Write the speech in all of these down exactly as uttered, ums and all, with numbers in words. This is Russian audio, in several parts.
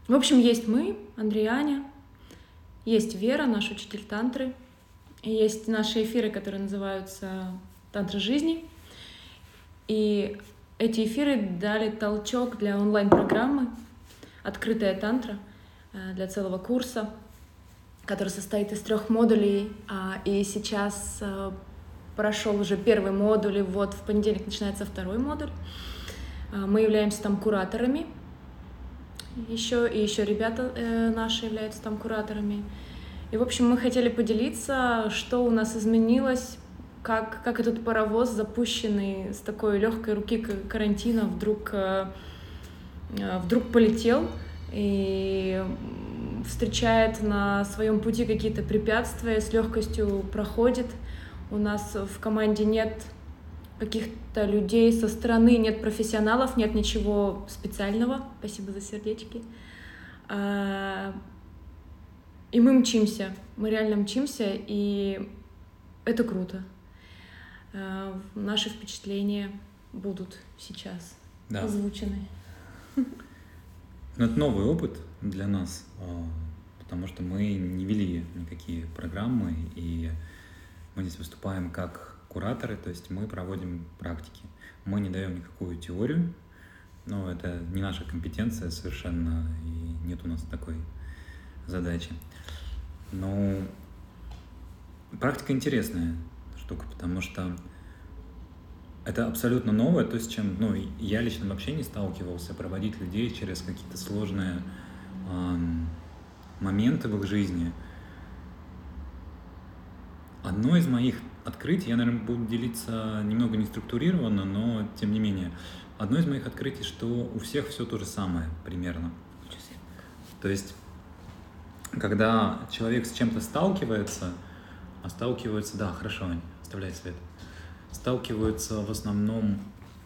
В общем, есть мы, Андрей и Аня, есть Вера, наш учитель тантры, и есть наши эфиры, которые называются «Тантра жизни». И эти эфиры дали толчок для онлайн-программы «Открытая тантра», для целого курса, который состоит из трех модулей. И сейчас прошел уже первый модуль, и вот в понедельник начинается второй модуль. Мы являемся там кураторами. Еще, и еще ребята наши являются там кураторами. И, в общем, мы хотели поделиться, что у нас изменилось, как, как этот паровоз, запущенный с такой легкой руки карантина, вдруг, вдруг полетел и встречает на своем пути какие-то препятствия, с легкостью проходит. У нас в команде нет каких-то людей со стороны, нет профессионалов, нет ничего специального. Спасибо за сердечки. И мы мчимся, мы реально мчимся, и это круто. Наши впечатления будут сейчас да. озвучены. Но это новый опыт для нас, потому что мы не вели никакие программы, и мы здесь выступаем как кураторы, то есть мы проводим практики. Мы не даем никакую теорию, но это не наша компетенция совершенно, и нет у нас такой задачи. Но практика интересная штука, потому что это абсолютно новое, то, с чем ну, я лично вообще не сталкивался, проводить людей через какие-то сложные э, моменты в их жизни. Одно из моих открытий, я, наверное, буду делиться немного неструктурированно, но тем не менее, одно из моих открытий, что у всех все то же самое примерно. То есть, когда человек с чем-то сталкивается, а сталкивается, да, хорошо, Аня, оставляй свет, сталкиваются в основном,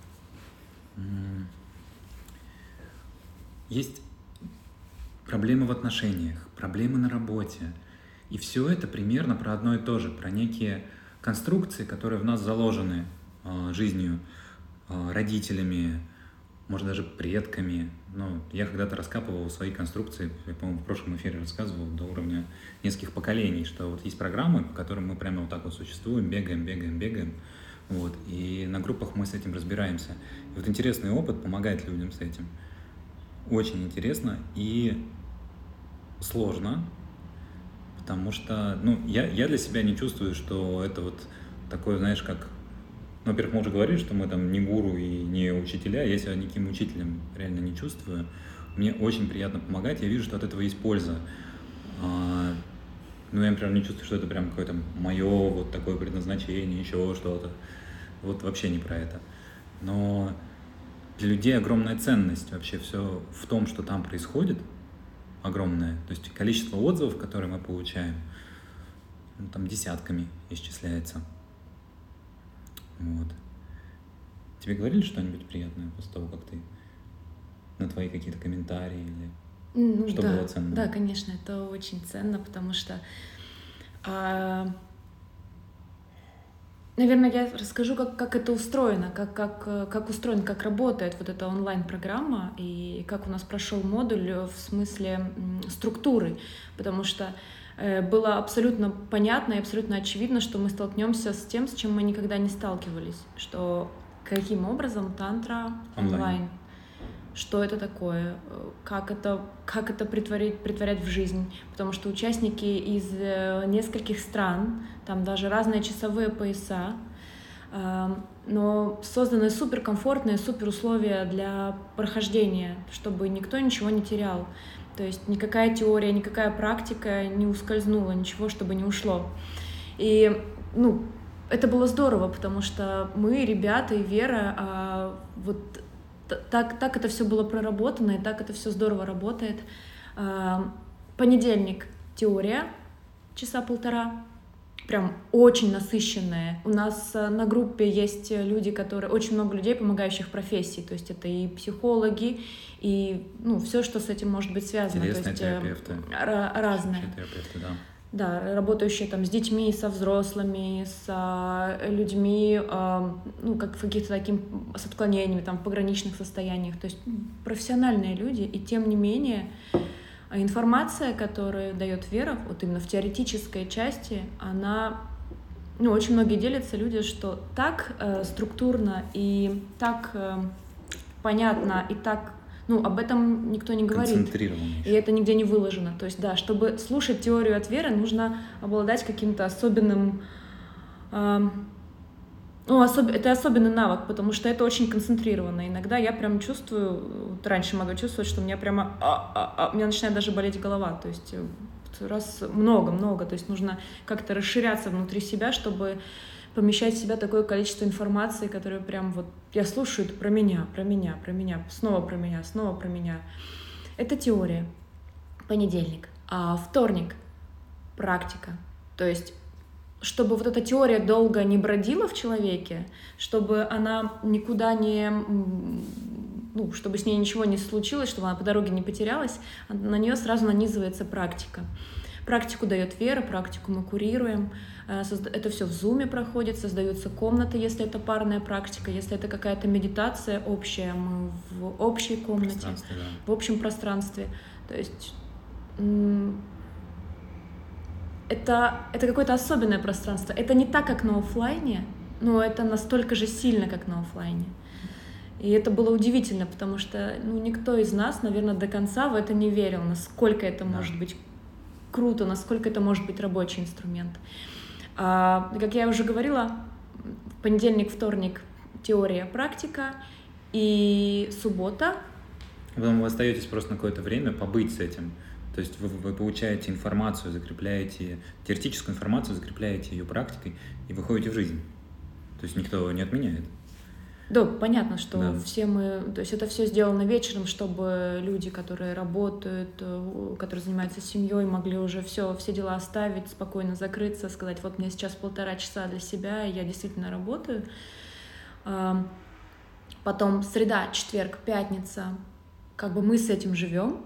есть проблемы в отношениях, проблемы на работе, и все это примерно про одно и то же, про некие конструкции, которые в нас заложены э, жизнью, э, родителями, может, даже предками. Ну, я когда-то раскапывал свои конструкции, я, по-моему, в прошлом эфире рассказывал, до уровня нескольких поколений, что вот есть программы, по которым мы прямо вот так вот существуем, бегаем, бегаем, бегаем. Вот, и на группах мы с этим разбираемся. И вот интересный опыт помогает людям с этим. Очень интересно и сложно, потому что, ну, я, я для себя не чувствую, что это вот такое, знаешь, как... Ну, во-первых, мы уже говорили, что мы там не гуру и не учителя, я себя никаким учителем реально не чувствую. Мне очень приятно помогать, я вижу, что от этого есть польза. А, ну, я, например, не чувствую, что это прям какое-то мое вот такое предназначение, еще что-то. Вот вообще не про это. Но для людей огромная ценность вообще все в том, что там происходит, огромное. То есть количество отзывов, которые мы получаем, ну, там десятками исчисляется. Вот. Тебе говорили что-нибудь приятное после того, как ты на твои какие-то комментарии или ну, что да, было ценно? Да, конечно, это очень ценно, потому что, а, наверное, я расскажу, как, как это устроено, как, как, как устроено, как работает вот эта онлайн-программа и как у нас прошел модуль в смысле структуры, потому что было абсолютно понятно и абсолютно очевидно, что мы столкнемся с тем, с чем мы никогда не сталкивались, что каким образом тантра онлайн, онлайн что это такое, как это, как это притворить, притворять в жизнь, потому что участники из нескольких стран, там даже разные часовые пояса, но созданы суперкомфортные, супер условия для прохождения, чтобы никто ничего не терял. То есть никакая теория, никакая практика не ускользнула, ничего, чтобы не ушло. И, ну, это было здорово, потому что мы, ребята и Вера, а, вот так, так это все было проработано, и так это все здорово работает. А, понедельник — теория, часа полтора, прям очень насыщенная. У нас на группе есть люди, которые, очень много людей, помогающих профессий, то есть это и психологи, и ну, все, что с этим может быть связано. Интересные то есть, терапевты. Р- разные. Терапевты, да. Да, работающие там с детьми, со взрослыми, с людьми, э, ну, как в каких-то таких, с отклонениями, там, в пограничных состояниях. То есть профессиональные люди, и тем не менее А информация, которую дает вера, вот именно в теоретической части, она, ну, очень многие делятся люди, что так э, структурно и так э, понятно, и так, ну, об этом никто не говорит. Концентрированно. И это нигде не выложено. То есть, да, чтобы слушать теорию от веры, нужно обладать каким-то особенным... Э, Ну, особ... это особенный навык, потому что это очень концентрировано. Иногда я прям чувствую, вот раньше могла чувствовать, что у меня прямо, а, а, а, у меня начинает даже болеть голова. То есть раз много-много, то есть нужно как-то расширяться внутри себя, чтобы помещать в себя такое количество информации, которое прям вот, я слушаю, это про меня, про меня, про меня, снова про меня, снова про меня. Это теория. Понедельник. А вторник — практика. То есть чтобы вот эта теория долго не бродила в человеке, чтобы она никуда не... Ну, чтобы с ней ничего не случилось, чтобы она по дороге не потерялась, на нее сразу нанизывается практика. Практику дает вера, практику мы курируем. Это все в зуме проходит, создаются комнаты, если это парная практика, если это какая-то медитация общая, мы в общей комнате, да. в общем пространстве. То есть... Это, это какое-то особенное пространство. Это не так, как на офлайне, но это настолько же сильно, как на офлайне. И это было удивительно, потому что ну, никто из нас, наверное, до конца в это не верил, насколько это да. может быть круто, насколько это может быть рабочий инструмент. А, как я уже говорила, понедельник, вторник — теория, практика, и суббота. Потом вы остаетесь просто на какое-то время побыть с этим. То есть вы, вы получаете информацию, закрепляете, теоретическую информацию, закрепляете ее практикой и выходите в жизнь. То есть никто не отменяет. Да, понятно, что да. все мы... То есть это все сделано вечером, чтобы люди, которые работают, которые занимаются семьей, могли уже все, все дела оставить, спокойно закрыться, сказать, вот мне сейчас полтора часа для себя, и я действительно работаю. Потом среда, четверг, пятница. Как бы мы с этим живем.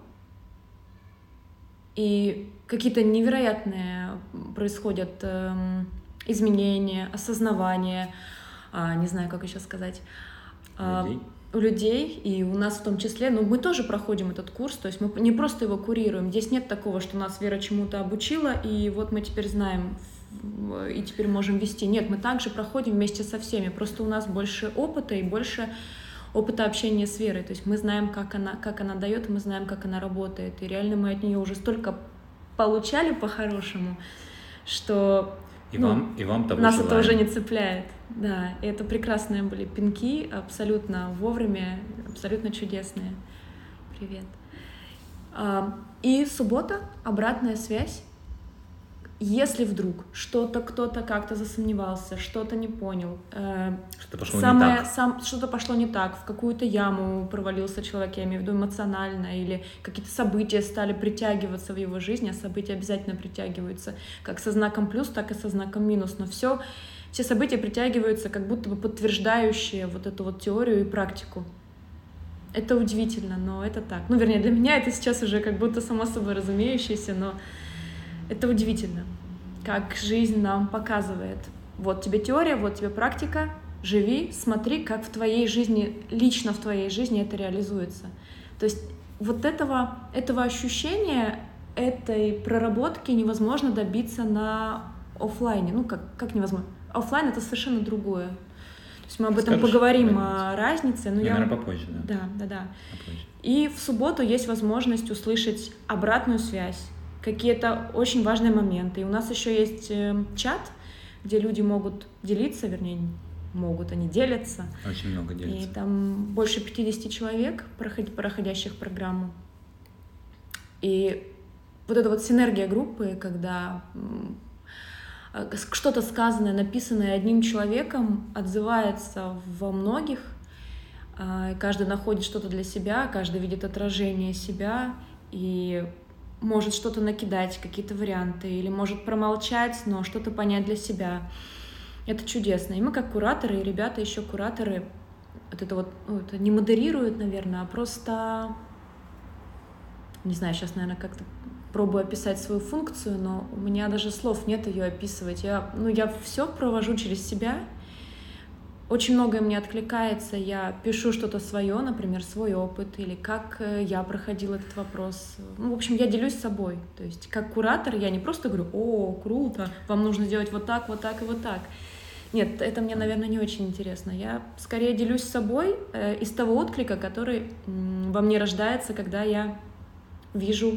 И какие-то невероятные происходят э, изменения, осознавания, э, не знаю, как еще сказать, э, людей. у людей, и у нас в том числе, но мы тоже проходим этот курс, то есть мы не просто его курируем, здесь нет такого, что нас Вера чему-то обучила, и вот мы теперь знаем, и теперь можем вести. Нет, мы также проходим вместе со всеми, просто у нас больше опыта и больше опыта общения с Верой, то есть мы знаем, как она, как она дает, мы знаем, как она работает, и реально мы от нее уже столько получали по-хорошему, что и ну, вам, и вам того нас желаем. Это уже не цепляет. Да, и это прекрасные были пинки, абсолютно вовремя, абсолютно чудесные. Привет. И суббота, обратная связь. Если вдруг что-то, кто-то как-то засомневался, что-то не понял, э, что-то пошло самое, не так. Сам, что-то пошло не так, в какую-то яму провалился человек, я имею в виду эмоционально, или какие-то события стали притягиваться в его жизни, а события обязательно притягиваются как со знаком плюс, так и со знаком минус, но все, все события притягиваются как будто бы подтверждающие вот эту вот теорию и практику. Это удивительно, но это так. Ну, вернее, для меня это сейчас уже как будто само собой разумеющееся, но это удивительно, как жизнь нам показывает. Вот тебе теория, вот тебе практика, живи, смотри, как в твоей жизни, лично в твоей жизни это реализуется. То есть вот этого, этого ощущения, этой проработки невозможно добиться на офлайне. Ну, как, как невозможно? Офлайн — это совершенно другое. То есть мы об этом Скажешь, поговорим, о разнице. Но я, я... наверное, попозже, да? Да, да, да. Попозже. И в субботу есть возможность услышать обратную связь, какие-то очень важные моменты. И у нас еще есть э, чат, где люди могут делиться, вернее, могут, они делятся. Очень много делятся. И там больше пятьдесят человек, проходящих программу. И вот эта вот синергия группы, когда э, что-то сказанное, написанное одним человеком отзывается во многих, э, каждый находит что-то для себя, каждый видит отражение себя и может что-то накидать, какие-то варианты, или может промолчать, но что-то понять для себя. Это чудесно. И мы как кураторы, и ребята еще кураторы, вот это вот, ну, это не модерируют, наверное, а просто, не знаю, сейчас, наверное, как-то пробую описать свою функцию, но у меня даже слов нет ее описывать. Я, ну, я все провожу через себя, очень многое мне откликается, я пишу что-то свое, например, свой опыт, или как я проходила этот вопрос. Ну, в общем, я делюсь собой. То есть, как куратор, я не просто говорю: о, круто, вам нужно делать вот так, вот так и вот так. Нет, это мне, наверное, не очень интересно. Я скорее делюсь собой э, из того отклика, который м, во мне рождается, когда я вижу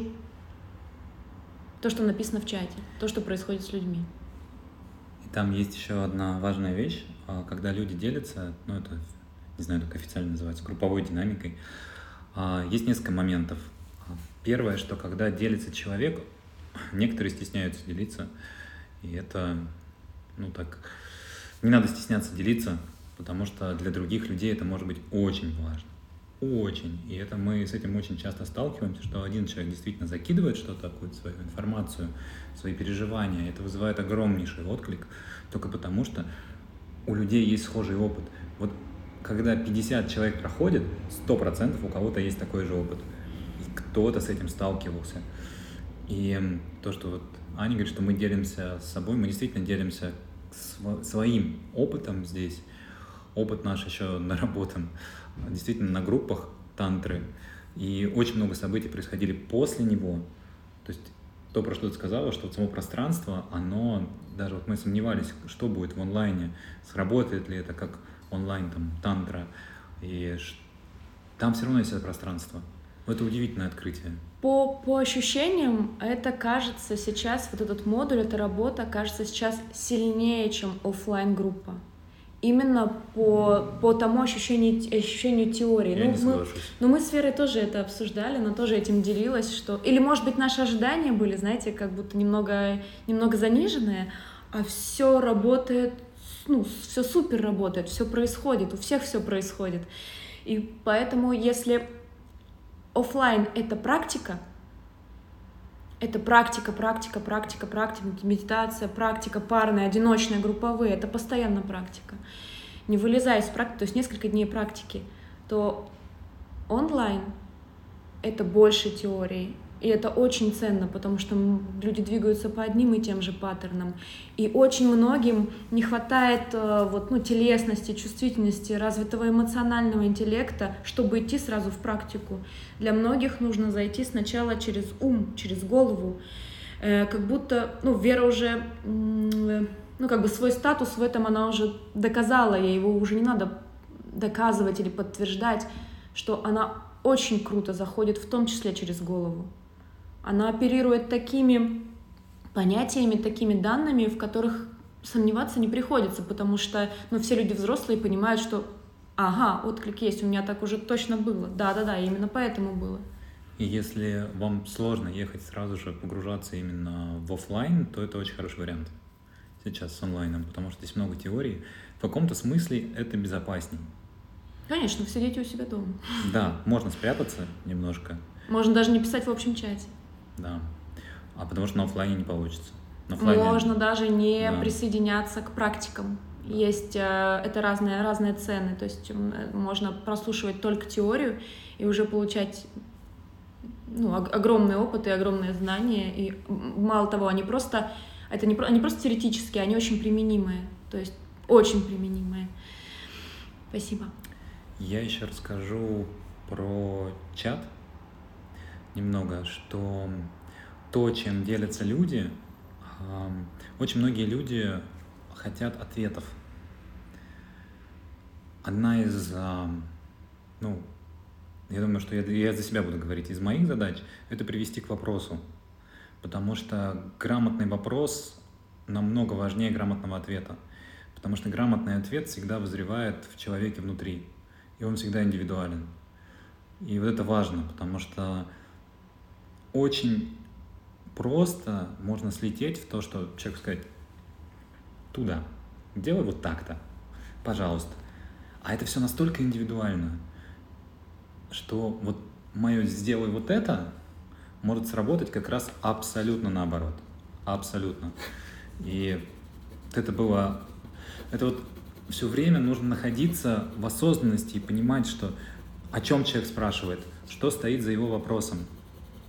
то, что написано в чате, то, что происходит с людьми. И там есть еще одна важная вещь, когда люди делятся, ну это, не знаю, как официально называется, групповой динамикой, есть несколько моментов. Первое, что когда делится человек, некоторые стесняются делиться, и это, ну так, не надо стесняться делиться, потому что для других людей это может быть очень важно. Очень. И это мы с этим очень часто сталкиваемся, что один человек действительно закидывает что-то, какую-то свою информацию, свои переживания. Это вызывает огромнейший отклик, только потому что у людей есть схожий опыт. Вот когда пятьдесят человек проходит, сто процентов у кого-то есть такой же опыт. И кто-то с этим сталкивался. И то, что вот Аня говорит, что мы делимся с собой, мы действительно делимся своим опытом здесь. Опыт наш еще наработан действительно на группах тантры, и очень много событий происходили после него. То есть то, про что ты сказала, что вот само пространство, оно, даже вот мы сомневались, что будет в онлайне, сработает ли это как онлайн там тантра, и там все равно есть это пространство. Это удивительное открытие. По, по ощущениям, это кажется сейчас, вот этот модуль, эта работа кажется сейчас сильнее, чем офлайн-группа. Именно по, по тому ощущению, ощущению теории. Я ну, не соглашусь. Мы, ну, мы с Верой тоже это обсуждали, она тоже этим делилась, что... Или, может быть, наши ожидания были, знаете, как будто немного, немного заниженные, а все работает, ну, все супер работает, все происходит, у всех все происходит. И поэтому, если офлайн — это практика, это практика, практика, практика, практика, медитация, практика парная, одиночная, групповые, это постоянно практика. Не вылезая из практики, то есть несколько дней практики, то онлайн — это больше теории. И это очень ценно, потому что люди двигаются по одним и тем же паттернам. И очень многим не хватает вот, ну, телесности, чувствительности, развитого эмоционального интеллекта, чтобы идти сразу в практику. Для многих нужно зайти сначала через ум, через голову. Как будто, ну, Вера уже, ну, как бы свой статус в этом она уже доказала, ей его уже не надо доказывать или подтверждать, что она очень круто заходит, в том числе через голову. Она оперирует такими понятиями, такими данными, в которых сомневаться не приходится, потому что, ну, все люди взрослые понимают, что ага, отклик есть, у меня так уже точно было. Да-да-да, именно поэтому было. И если вам сложно ехать сразу же, погружаться именно в офлайн, то это очень хороший вариант сейчас с онлайном, потому что здесь много теорий. В каком-то смысле это безопаснее. Конечно, все дети у себя дома. Да, можно спрятаться немножко. Можно даже не писать в общем чате. Да, а потому что на офлайне не получится. На офлайне... Можно даже не да. присоединяться к практикам. Есть это разные, разные цены, то есть можно прослушивать только теорию и уже получать, ну, огромный опыт и огромные знания. И мало того, они просто, это не, они просто теоретические, они очень применимые, то есть очень применимые. Спасибо. Я еще расскажу про чат немного, что то, чем делятся люди, очень многие люди хотят ответов. Одна из, ну, я думаю, что я, я за себя буду говорить, из моих задач — это привести к вопросу, потому что грамотный вопрос намного важнее грамотного ответа, потому что грамотный ответ всегда вызревает в человеке внутри, и он всегда индивидуален. И вот это важно, потому что очень просто можно слететь в то, что человеку сказать: туда, делай вот так-то, пожалуйста. А это все настолько индивидуально, что вот мое «сделай вот это» может сработать как раз абсолютно наоборот. Абсолютно. И это было... Это вот все время нужно находиться в осознанности и понимать, что о чем человек спрашивает, что стоит за его вопросом.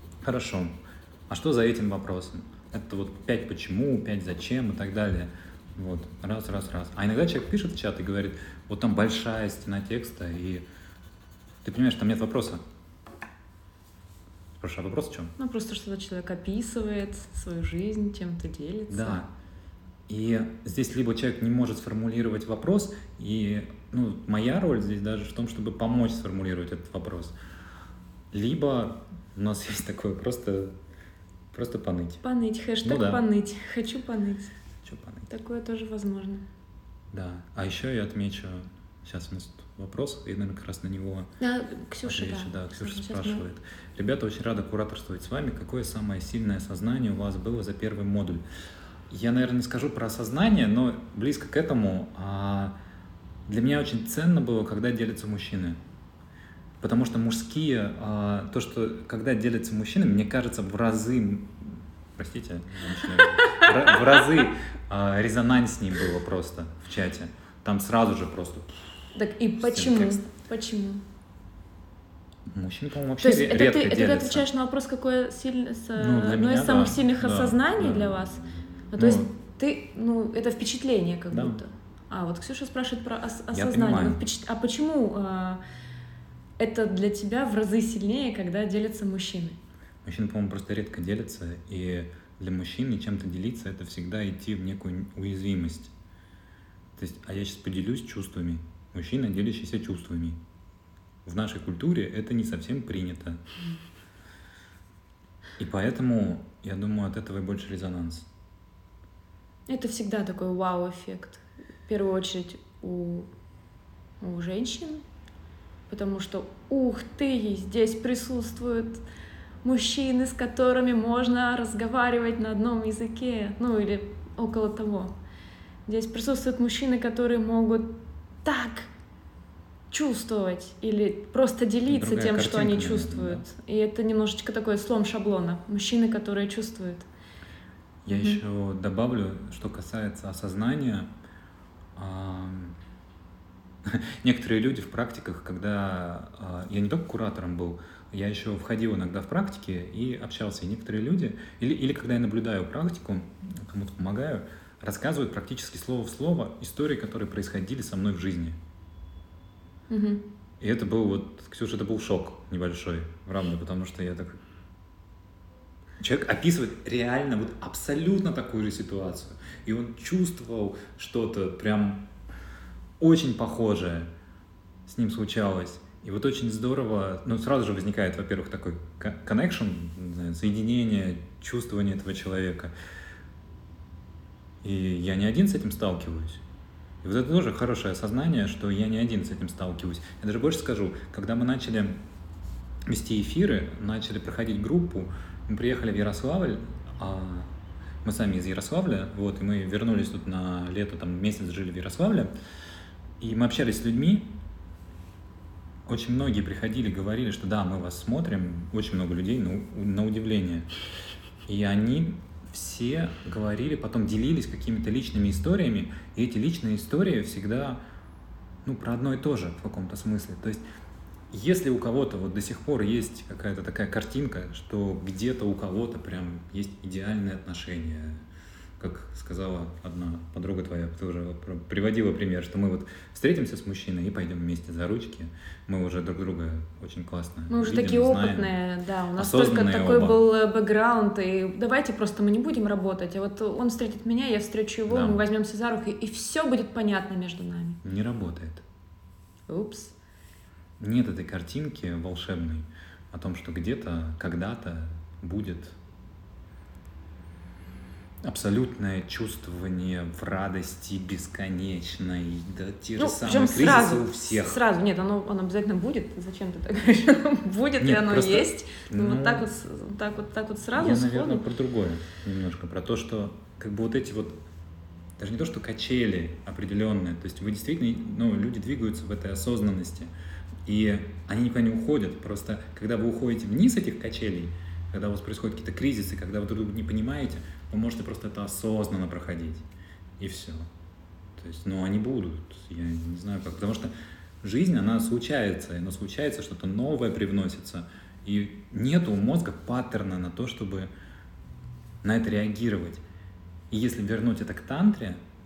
Хорошо. А что за этим вопросом? Это вот пять почему, пять зачем и так далее. Вот, раз, раз, раз. А иногда человек пишет в чат и говорит, вот там большая стена текста, и ты понимаешь, там нет вопроса. Спрашиваю, а вопрос в чем? Ну, просто что-то человек описывает свою жизнь, чем-то делится. Да. И здесь либо человек не может сформулировать вопрос, и ну, моя роль здесь даже в том, чтобы помочь сформулировать этот вопрос. Либо у нас есть такое просто, просто поныть. Поныть, хэштег Ну да. поныть. Хочу поныть. Что поныть? Такое тоже возможно. Да. А еще я отмечу, сейчас у нас тут вопрос, и, наверное, как раз на него Да, Ксюша, отвечу. да. Да, Ксюша Сейчас спрашивает. Ребята, очень рада кураторствовать с вами. Какое самое сильное осознание у вас было за первый модуль? Я, наверное, не скажу про осознание, но близко к этому. Для меня очень ценно было, когда делятся мужчины. Потому что мужские, то, что когда делятся мужчины, мне кажется, в разы, простите, в разы резонанснее было просто в чате. Там сразу же просто... Так и почему? Почему? Мужчины, по-моему, вообще То есть редко это ты, делятся. это ты отвечаешь на вопрос, какое сильно, Ну, для одно меня, из самых да, сильных да, осознаний да. для вас? Ну, Ну, то есть ты, ну, это впечатление как да. будто. А, вот Ксюша спрашивает про ос- Я осознание. понимаю. Ну, впечат- А почему а, это для тебя в разы сильнее, когда делятся мужчины? Мужчины, по-моему, просто редко делятся, и для мужчины чем-то делиться — это всегда идти в некую уязвимость. То есть, а я сейчас поделюсь чувствами. Мужчина, делящийся чувствами. В нашей культуре это не совсем принято. И поэтому, я думаю, от этого и больше резонанс. Это всегда такой вау-эффект. В первую очередь у, у женщин, потому что, ух ты, здесь присутствуют мужчины, с которыми можно разговаривать на одном языке, ну или около того. Здесь присутствуют мужчины, которые могут так чувствовать или просто делиться Другая тем, что они картинка, наверное, чувствуют. да. И это немножечко такой слом шаблона. Мужчины, которые чувствуют. Я Мгм. еще добавлю, что касается осознания. ам, Некоторые люди в практиках, когда а, я не только куратором был, я еще входил иногда в практики и общался. И некоторые люди, или, или когда я наблюдаю практику, кому-то помогаю, рассказывают практически слово в слово истории, которые происходили со мной в жизни. Мгм. И это был вот, Ксюша, это был шок небольшой, правда, потому что я так... Человек описывает реально вот абсолютно такую же ситуацию, и он чувствовал что-то прям очень похожее с ним случалось. И вот очень здорово, ну, сразу же возникает, во-первых, такой connection, не знаю, соединение, чувствование этого человека. И я не один с этим сталкиваюсь. И вот это тоже хорошее осознание, что я не один с этим сталкиваюсь. Я даже больше скажу, когда мы начали вести эфиры, начали проходить группу, мы приехали в Ярославль, а мы сами из Ярославля, вот, и мы вернулись тут на лето, там месяц жили в Ярославле, и мы общались с людьми. Очень многие приходили, говорили, что да, мы вас смотрим, очень много людей, ну, на удивление. И они все говорили, потом делились какими-то личными историями, и эти личные истории всегда, ну, про одно и то же в каком-то смысле. То есть, если у кого-то вот до сих пор есть какая-то такая картинка, что где-то у кого-то прям есть идеальные отношения, как сказала одна подруга твоя, ты уже приводила пример, что мы вот встретимся с мужчиной и пойдем вместе за ручки, мы уже друг друга очень классно Мы уже видим, такие знаем. опытные, да, у нас только Осознанные такой оба. был э, бэкграунд, и давайте просто мы не будем работать, а вот он встретит меня, я встречу его, Да. мы возьмемся за руку, и все будет понятно между нами. Не работает. Упс. Нет этой картинки волшебной о том, что где-то, когда-то будет абсолютное чувствование в радости бесконечной, да те же Ну, самые причем кризисы сразу, у всех. сразу, нет, оно, оно обязательно будет, зачем ты так говоришь, оно будет, и Нет, оно просто, есть, но ну, вот так вот, с- так вот, так вот сразу, Я, сходу. наверное, про другое немножко, про то, что как бы вот эти вот, даже не то, что качели определенные, то есть вы действительно, ну, люди двигаются в этой осознанности, и они никуда не уходят, просто когда вы уходите вниз этих качелей, когда у вас происходят какие-то кризисы, когда вы друг друга не понимаете, вы можете просто это осознанно проходить, и все. То есть, ну, они будут, я не знаю как, потому что жизнь, она случается, и она случается, что-то новое привносится, и нет у мозга паттерна на то, чтобы на это реагировать. И если вернуть это к тантре,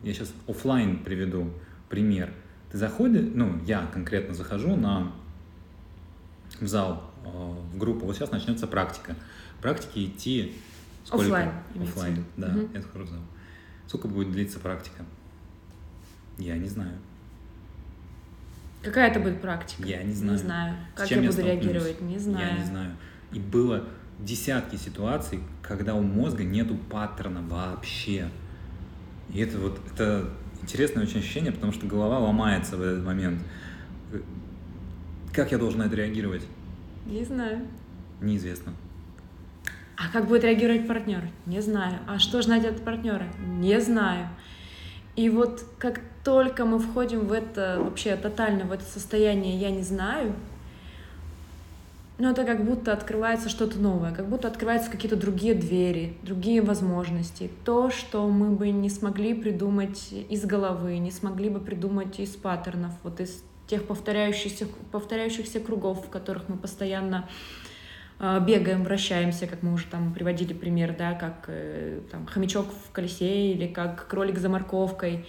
я сейчас офлайн приведу пример. Ты заходишь, ну, я конкретно захожу на, в зал, в группу, вот сейчас начнется практика. Практики идти сколько? Офлайн. Офлайн, да, угу. Я захожу в зал. Сколько будет длиться практика? Я не знаю. Какая это будет практика? Я не знаю. Не знаю. Как я буду реагировать? Не знаю. Я не знаю. И было десятки ситуаций, когда у мозга нету паттерна вообще. И это вот, это интересное очень ощущение, потому что голова ломается в этот момент. Как я должен на это реагировать? Не знаю. Неизвестно. А как будет реагировать партнер? Не знаю. А что знать от партнера? Не знаю. И вот как только мы входим в это, вообще тотально в это состояние «я не знаю», ну это как будто открывается что-то новое, как будто открываются какие-то другие двери, другие возможности. То, что мы бы не смогли придумать из головы, не смогли бы придумать из паттернов, вот из тех повторяющихся, повторяющихся кругов, в которых мы постоянно э, бегаем, вращаемся, как мы уже там приводили пример, да, как э, там, хомячок в колесе или как кролик за морковкой.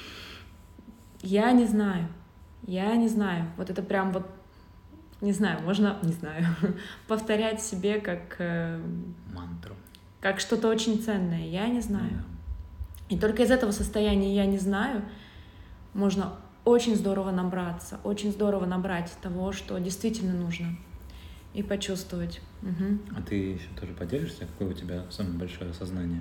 Я не знаю, я не знаю. Вот это прям вот, не знаю, можно, не знаю, повторять себе как... Э, мантру. Как что-то очень ценное. Я не знаю. Yeah. И только из этого состояния «я не знаю» можно очень здорово набраться, очень здорово набрать того, что действительно нужно, и почувствовать. Угу. А ты еще тоже поделишься, какое у тебя самое большое осознание?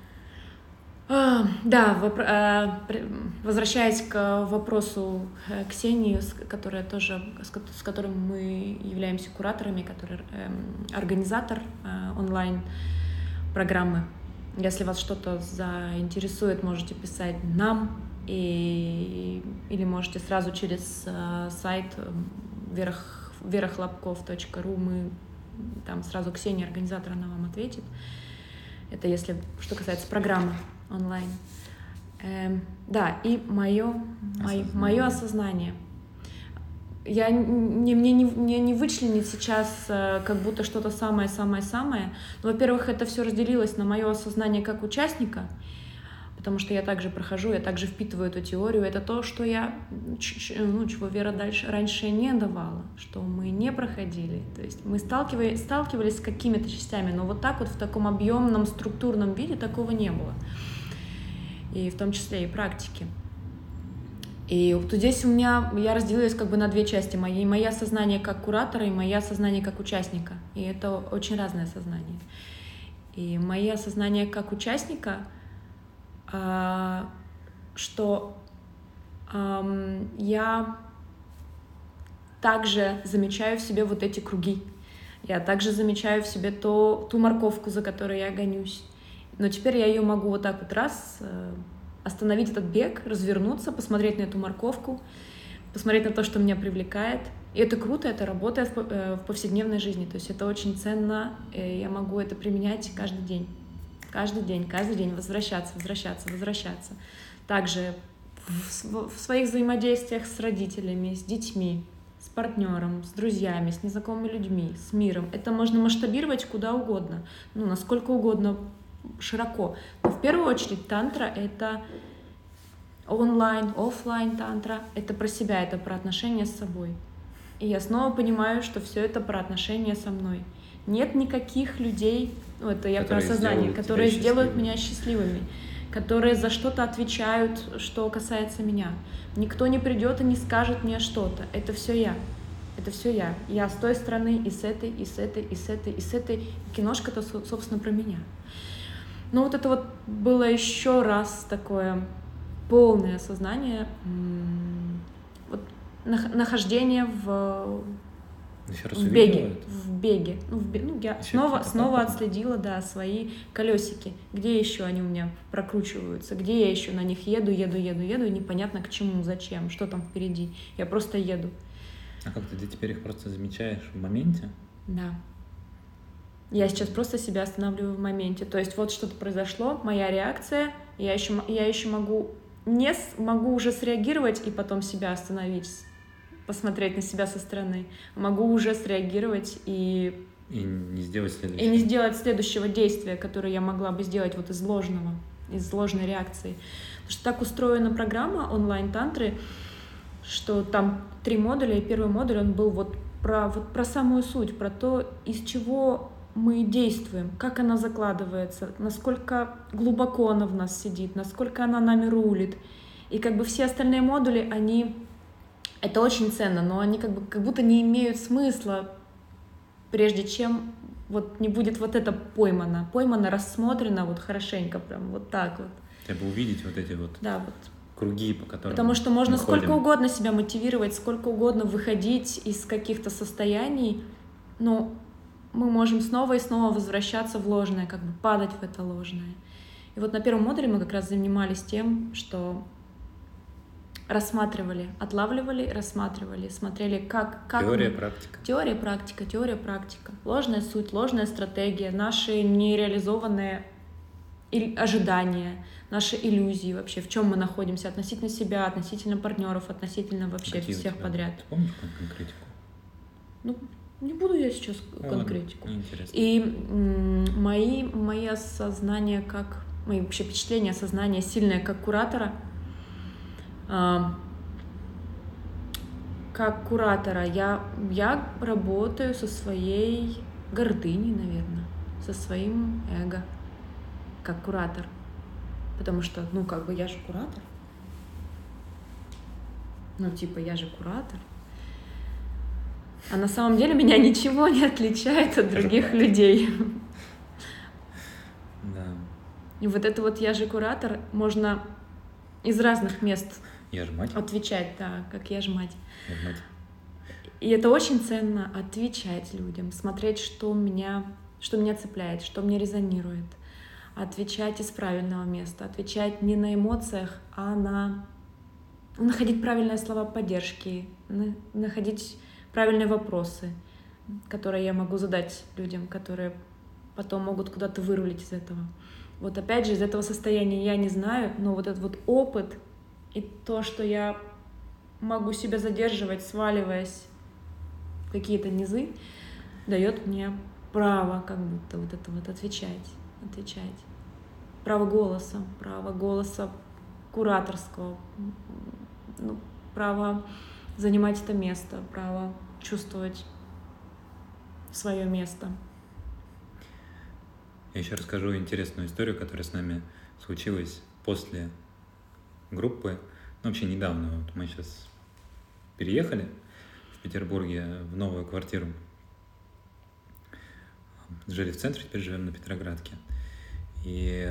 А, да, воп- возвращаясь к вопросу Ксении, которая тоже, с которым мы являемся кураторами, который организатор онлайн-программы. Если вас что-то заинтересует, можете писать нам, и, или можете сразу через сайт вера хлопков точка ру, мы там сразу Ксения, организатор, она вам ответит. Это если что касается программы онлайн. Эм, да, и мое, мое, мое осознание. Я не, мне, не, мне не вычленить сейчас э, как будто что-то самое-самое-самое. Но, во-первых, это все разделилось на мое осознание как участника, потому что я также прохожу, я также впитываю эту теорию. Это то, что я, ну, чего Вера дальше, раньше не давала, что мы не проходили. То есть мы сталкивались, сталкивались с какими-то частями, но вот так вот в таком объемном, структурном виде такого не было. И в том числе и практики. И вот здесь у меня, я разделилась как бы на две части. Мои, мое сознание как куратора и мое сознание как участника. И это очень разное сознание. И мое сознание как участника, а, что а, я также замечаю в себе вот эти круги. Я также замечаю в себе то, ту морковку, за которой я гонюсь. Но теперь я ее могу вот так вот раз остановить этот бег, развернуться, посмотреть на эту морковку, посмотреть на то, что меня привлекает. И это круто, это работает в повседневной жизни. То есть это очень ценно, и я могу это применять каждый день. Каждый день, каждый день возвращаться, возвращаться, возвращаться. Также в, в своих взаимодействиях с родителями, с детьми, с партнером, с друзьями, с незнакомыми людьми, с миром. Это можно масштабировать куда угодно, ну, насколько угодно широко. Но в первую очередь тантра — это онлайн, офлайн тантра. Это про себя, это про отношения с собой. И я снова понимаю, что все это про отношения со мной. Нет никаких людей, ну, это я про осознание, которые сделают меня счастливыми, которые за что-то отвечают, что касается меня. Никто не придет и не скажет мне что-то. Это все я. Это все я. Я с той стороны, и с этой, и с этой, и с этой, и с этой. Киношка-то, собственно, про меня. Но вот это вот было еще раз такое полное осознание, вот нахождение в, в беге, в беге. Ну, в беге. Ну, я еще снова, снова отследила, да, свои колесики, где еще они у меня прокручиваются, где я еще на них еду, еду, еду, еду, и непонятно к чему, зачем, что там впереди. Я просто еду. А как ты теперь их просто замечаешь в моменте? Да. Я сейчас просто себя останавливаю в моменте. То есть вот что-то произошло, моя реакция, я еще, я еще могу, не могу уже среагировать и потом себя остановить, посмотреть на себя со стороны. Могу уже среагировать и... И не сделать следующего. И не сделать следующего действия, которое я могла бы сделать вот из ложного, из ложной реакции. Потому что так устроена программа онлайн-тантры, что там три модуля, и первый модуль, он был вот про, вот про самую суть, про то, из чего мы действуем, как она закладывается, насколько глубоко она в нас сидит, насколько она нами рулит. И как бы все остальные модули, они... Это очень ценно, но они как бы как будто не имеют смысла, прежде чем вот не будет вот это поймано. Поймано, рассмотрено вот хорошенько, прям вот так вот. Хотя бы увидеть вот эти вот, да, вот круги, по которым Потому что можно мы сколько ходим. угодно себя мотивировать, сколько угодно выходить из каких-то состояний, но мы можем снова и снова возвращаться в ложное, как бы падать в это ложное. И вот на первом модуле мы как раз занимались тем, что рассматривали, отлавливали, рассматривали, смотрели, как... как Теория, мы... практика. Теория, практика, теория, практика. Ложная суть, ложная стратегия, наши нереализованные ожидания, наши иллюзии вообще, в чем мы находимся относительно себя, относительно партнеров, относительно вообще Какие всех подряд. Ты помнишь конкретику? Ну, не буду я сейчас Ну, конкретику. ладно, интересно. И м, мои, мои осознания, как мои вообще впечатления, осознание сильное как куратора, а, как куратора я, я работаю со своей гордыней, наверное, со своим эго, как куратор. Потому что, ну, как бы я же куратор. Ну, типа, я же куратор. А на самом деле меня ничего не отличает от других людей. Да. И вот это вот «я же куратор» можно из разных мест Я же мать. отвечать, да, как «я же мать». Я же мать. И это очень ценно — отвечать людям, смотреть, что меня, что меня цепляет, что мне резонирует. Отвечать из правильного места, отвечать не на эмоциях, а на... находить правильные слова поддержки, на... находить правильные вопросы, которые я могу задать людям, которые потом могут куда-то вырулить из этого. Вот опять же, из этого состояния я не знаю, но вот этот вот опыт и то, что я могу себя задерживать, сваливаясь в какие-то низы, дает мне право как будто вот это вот отвечать, отвечать. Право голоса, право голоса кураторского, ну, право занимать это место, право чувствовать свое место. Я еще расскажу интересную историю, которая с нами случилась после группы. Ну, вообще недавно. Вот мы сейчас переехали в Петербурге в новую квартиру. Жили в центре, теперь живем на Петроградке. И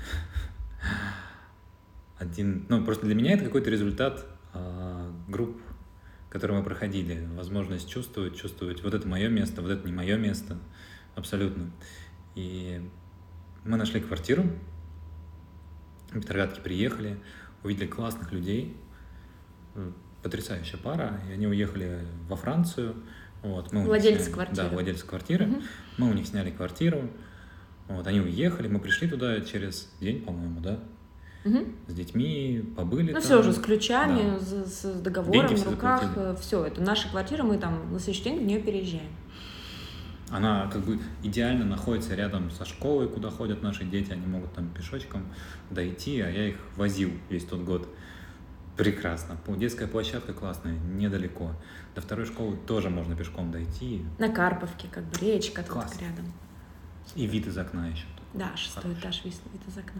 один, ну, просто для меня это какой-то результат а, групп, которые мы проходили. Возможность чувствовать, чувствовать, вот это мое место, вот это не мое место. Абсолютно. И мы нашли квартиру, в Петроградке приехали, увидели классных людей, потрясающая пара, и они уехали во Францию. Вот, мы владельцы сняли, квартиры. Да, владельцы квартиры. Угу. Мы у них сняли квартиру, вот, они уехали, мы пришли туда через день, по-моему, да? Угу. С детьми побыли. Ну, там. все уже с ключами, Да. с, с договором Деньги на руках, заплатили. все, это наша квартира, мы там на следующий день в нее переезжаем. Она как бы идеально находится рядом со школой, куда ходят наши дети, они могут там пешочком дойти, а я их возил весь тот год. Прекрасно. Детская площадка классная, недалеко. До второй школы тоже можно пешком дойти. На Карповке, как бы речка тут рядом. И вид из окна еще. Да, шестой этаж, вид из окна.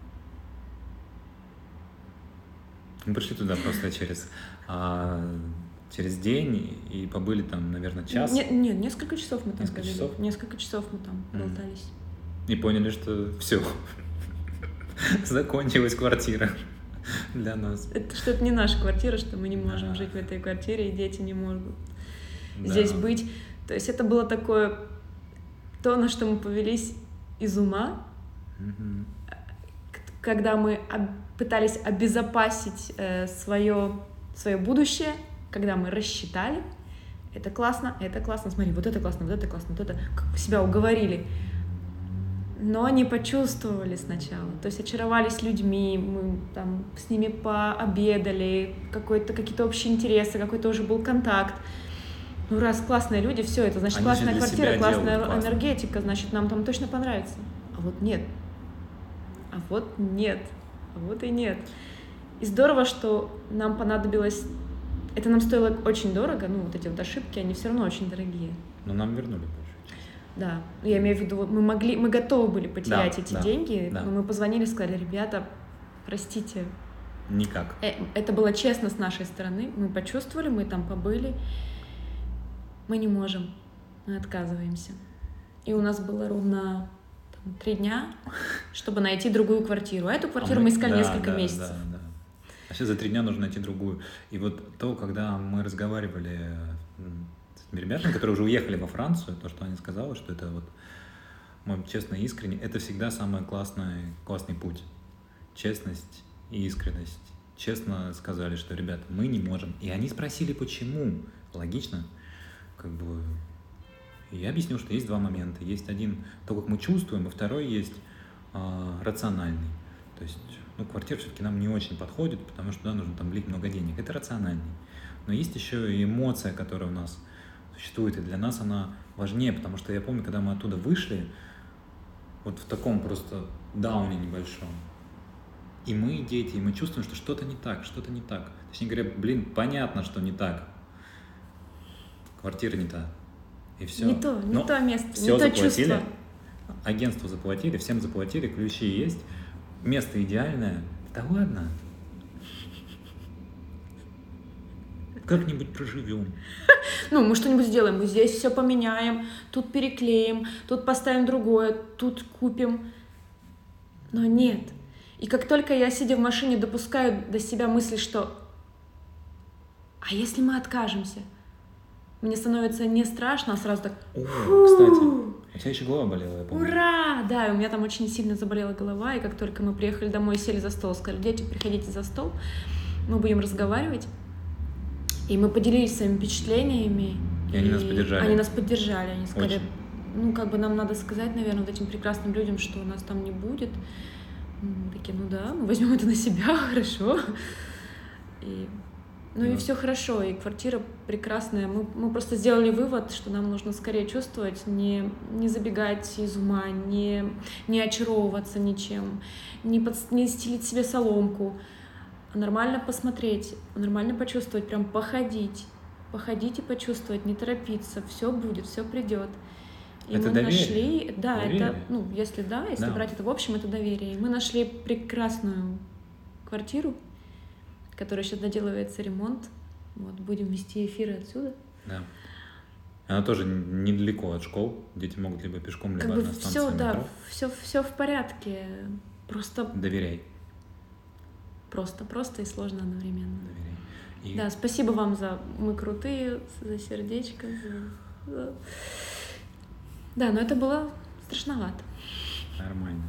Мы пришли туда просто через, а, через день и побыли там, наверное, час. Нет, не, несколько часов мы там несколько были. Часов? Несколько часов мы там mm. болтались. И поняли, что все, закончилась квартира для нас. Это что это не наша квартира, что мы не можем да. жить в этой квартире, и дети не могут да. здесь быть. То есть это было такое, то, на что мы повелись из ума, mm-hmm. когда мы пытались обезопасить э, свое, свое будущее, когда мы рассчитали, это классно, это классно, смотри, вот это классно, вот это классно, вот это, как бы себя уговорили, но не почувствовали сначала, то есть очаровались людьми, мы там с ними пообедали, какой-то, какие-то общие интересы, какой-то уже был контакт. Ну, раз классные люди, все, это значит Они классная квартира, классная энергетика, значит, нам там точно понравится. А вот нет. а вот нет, а вот и нет. И здорово, что нам понадобилось... Это нам стоило очень дорого, ну, вот эти вот ошибки, они все равно очень дорогие. Но нам вернули большую часть. Да, я имею в виду, мы могли, мы готовы были потерять да, эти да, деньги, да. но мы позвонили, сказали, ребята, простите. Никак. Это было честно с нашей стороны, мы почувствовали, мы там побыли, мы не можем, мы отказываемся. И у нас было ровно там, три дня, чтобы найти другую квартиру. А эту квартиру а мы, мы искали да, несколько да, месяцев. Да, да. А сейчас за три дня нужно найти другую. И вот то, когда мы разговаривали с этими ребятами, которые уже уехали во Францию, то, что они сказали, что это вот, мы честно и искренне, это всегда самый классный, классный путь. Честность и искренность. Честно сказали, что, ребята, мы не можем. И они спросили, почему. Логично. Как бы... И я объяснил, что есть два момента. Есть один, то, как мы чувствуем, и второй есть э, рациональный. То есть, ну, квартира все-таки нам не очень подходит, потому что туда нужно там влить много денег. Это рациональный. Но есть еще и эмоция, которая у нас существует, и для нас она важнее, потому что я помню, когда мы оттуда вышли, вот в таком просто дауне небольшом, и мы, дети, и мы чувствуем, что что-то не так, что-то не так. Точнее говоря, блин, понятно, что не так. Квартира не та. И все. Не то, не Но то место, все не то заплатили, чувство. Агентству заплатили, всем заплатили, ключи есть, место идеальное. Да ладно. Как-нибудь проживем. Ну, мы что-нибудь сделаем, мы здесь все поменяем, тут переклеим, тут поставим другое, тут купим. Но нет. И как только я, сидя в машине, допускаю до себя мысли, что а если мы откажемся? Мне становится не страшно, а сразу так... О, кстати, у тебя еще голова болела, я помню. Ура! Да, и у меня там очень сильно заболела голова, и как только мы приехали домой, сели за стол, сказали, дети, приходите за стол, мы будем разговаривать. И мы поделились своими впечатлениями. И они нас поддержали. Они нас поддержали, они сказали, очень. Ну, как бы нам надо сказать, наверное, вот этим прекрасным людям, что у нас там не будет. Мы такие, ну да, мы возьмем это на себя, хорошо. И... Ну да. И все хорошо, и квартира прекрасная. Мы, мы просто сделали вывод, что нам нужно скорее чувствовать, не, не забегать из ума, не, не очаровываться ничем, не, под, не стелить себе соломку, а нормально посмотреть, нормально почувствовать, прям походить, походить и почувствовать, не торопиться, все будет, все придет. И это мы доверие. нашли, да, доверие. это, ну, если да, если да. брать это в общем, это доверие. И мы нашли прекрасную квартиру, которая сейчас доделывается ремонт. Вот, будем вести эфиры отсюда. Да. Она тоже недалеко от школ. Дети могут либо пешком, либо как бы на станции все, метро. да, все, все в порядке. Просто... Доверяй. Просто, просто и сложно одновременно. Доверяй. И... Да, спасибо вам за «Мы крутые», за сердечко. За... за... Да, но это было страшновато. Нормально.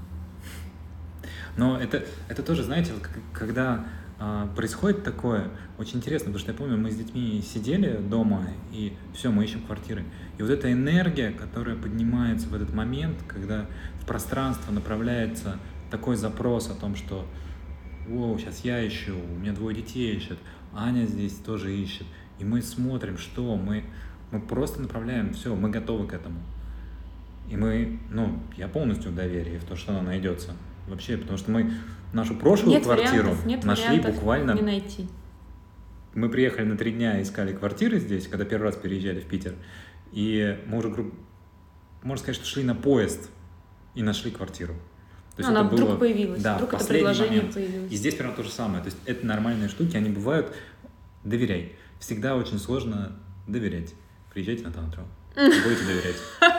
Но это, это тоже, знаете, когда а, происходит такое, очень интересно, потому что я помню, мы с детьми сидели дома, и все, мы ищем квартиры. И вот эта энергия, которая поднимается в этот момент, когда в пространство направляется такой запрос о том, что «Воу, сейчас я ищу, у меня двое детей ищут, Аня здесь тоже ищет». И мы смотрим, что мы, мы просто направляем, все, мы готовы к этому. И мы, ну, я полностью в доверии в то, что она найдется. Вообще, потому что мы нашу прошлую нет квартиру вариантов, нет нашли буквально... не найти. Мы приехали на три дня, искали квартиры здесь, когда первый раз переезжали в Питер. И мы уже, можно сказать, что шли на поезд и нашли квартиру. То есть она это вдруг было, появилась, да, вдруг это предложение момент. появилось. И здесь прямо то же самое. То есть это нормальные штуки, они бывают. Доверяй. Всегда очень сложно доверять. Приезжайте на Тантру. Будете доверять.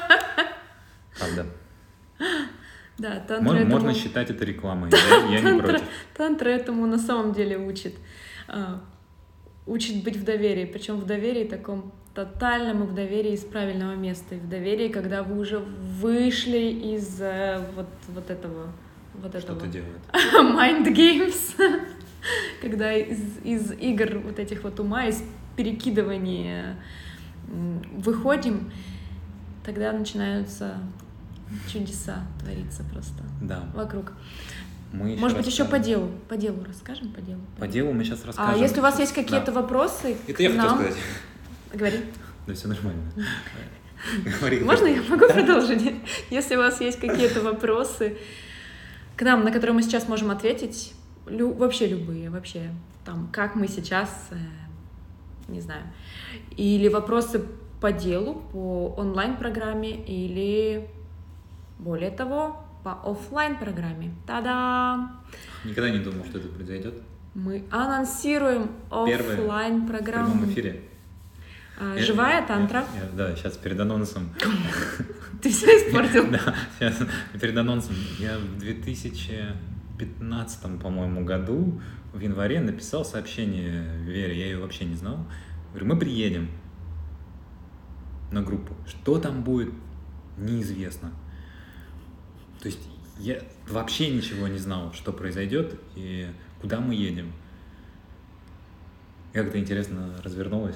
Правда. Да, тантра можно, этому... можно считать это рекламой, я, я не против. Тантра этому на самом деле учит. А, учит быть в доверии, причем в доверии таком тотальном, и в доверии из правильного места, и в доверии, когда вы уже вышли из вот, вот этого... Вот Что этого. это делает? Mind games. Когда из, из игр вот этих вот ума, из перекидывания выходим, тогда начинаются чудеса твориться просто да. вокруг. Мы еще Может быть, расскажем. еще по делу. По делу расскажем, по делу. По делу мы сейчас расскажем. А если у вас есть какие-то да. вопросы Это я нам... хотел сказать. Говори. Да все нормально. Говори, Можно я могу продолжить? Если у вас есть какие-то вопросы к нам, на которые мы сейчас можем ответить, лю- вообще любые, вообще там, как мы сейчас, э, не знаю, или вопросы по делу, по онлайн-программе, или, более того, по офлайн-программе. Та-дам! Никогда не думал, что это произойдет. Мы анонсируем офлайн-программу. В прямом эфире. А, живая тантра. Я, я, да, сейчас перед анонсом. Ты все испортил? Да, сейчас перед анонсом. Я в две тысячи пятнадцатом, по-моему, году в январе написал сообщение Вере, я ее вообще не знал. Говорю, мы приедем на группу. Что там будет, неизвестно. То есть я вообще ничего не знал, что произойдет и куда мы едем. Как это интересно развернулось.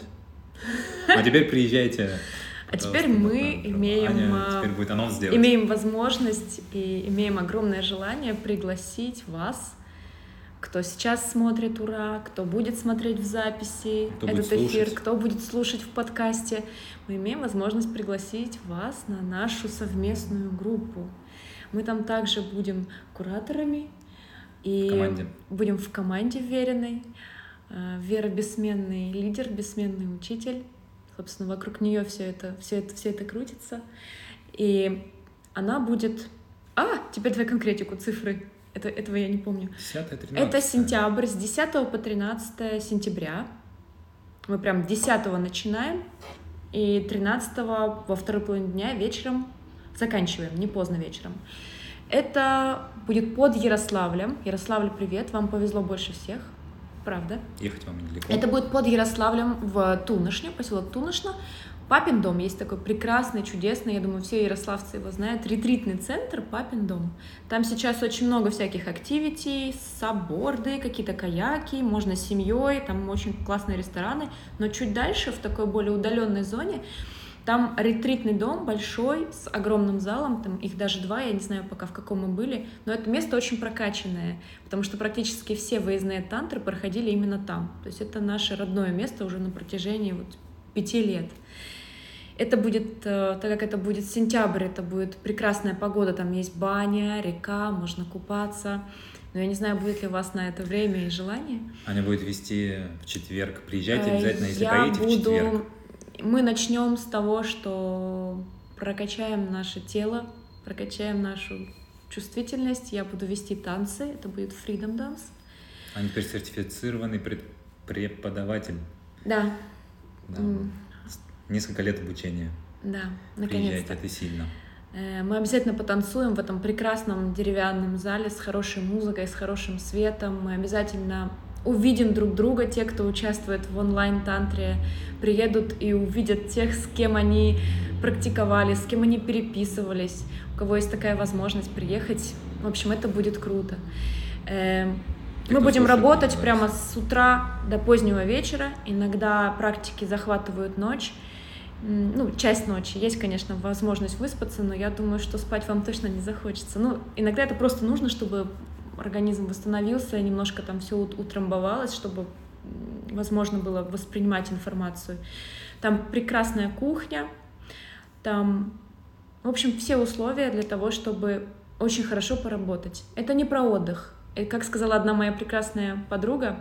А теперь приезжайте. А теперь мы имеем, Аня, теперь будет анонс сделать. имеем возможность и имеем огромное желание пригласить вас, кто сейчас смотрит «Ура», кто будет смотреть в записи кто этот будет эфир, слушать. кто будет слушать в подкасте. Мы имеем возможность пригласить вас на нашу совместную группу. Мы там также будем кураторами и В команде. будем в команде Вериной. Вера бессменный лидер, бессменный учитель. Собственно, вокруг нее все это, все это, все это крутится. И она будет... А, теперь давай конкретику, цифры. Это, этого я не помню. десятое тринадцатое. Это сентябрь, с десятого по тринадцатое сентября. Мы прям десятого начинаем, и тринадцатого во второй половине дня вечером заканчиваем, не поздно вечером. Это будет под Ярославлем. Ярославль, привет, вам повезло больше всех. Правда. Ехать вам недалеко. Это будет под Ярославлем в Тунышне, поселок Тунышно. Папин дом есть такой прекрасный, чудесный, я думаю, все ярославцы его знают, ретритный центр Папин дом. Там сейчас очень много всяких активити, сабборды, какие-то каяки, можно с семьей, там очень классные рестораны. Но чуть дальше, в такой более удаленной зоне, там ретритный дом большой, с огромным залом, там их даже два, я не знаю пока в каком мы были, но это место очень прокачанное, потому что практически все выездные тантры проходили именно там. То есть это наше родное место уже на протяжении вот пяти лет. Это будет, так как это будет сентябрь, это будет прекрасная погода, там есть баня, река, можно купаться. Но я не знаю, будет ли у вас на это время и желание. Аня будет вести в четверг. Приезжайте обязательно, если я поедете буду... в четверг. Мы начнем с того, что прокачаем наше тело, прокачаем нашу чувствительность. Я буду вести танцы, это будет Freedom Dance. Аня теперь сертифицированный пред- преподаватель. Да. Да. Mm. Несколько лет обучения. Да, Приезжайте, наконец-то. это сильно. Мы обязательно потанцуем в этом прекрасном деревянном зале с хорошей музыкой, с хорошим светом. Мы обязательно увидим друг друга, те, кто участвует в онлайн-тантре, приедут и увидят тех, с кем они практиковали, с кем они переписывались, у кого есть такая возможность приехать. В общем, это будет круто. Мы будем работать прямо с утра до позднего вечера. Иногда практики захватывают ночь. Ну, часть ночи. Есть, конечно, возможность выспаться, но я думаю, что спать вам точно не захочется. Ну, иногда это просто нужно, чтобы организм восстановился, немножко там все утрамбовалось, чтобы возможно было воспринимать информацию. Там прекрасная кухня, там, в общем, все условия для того, чтобы очень хорошо поработать. Это не про отдых. И, как сказала одна моя прекрасная подруга,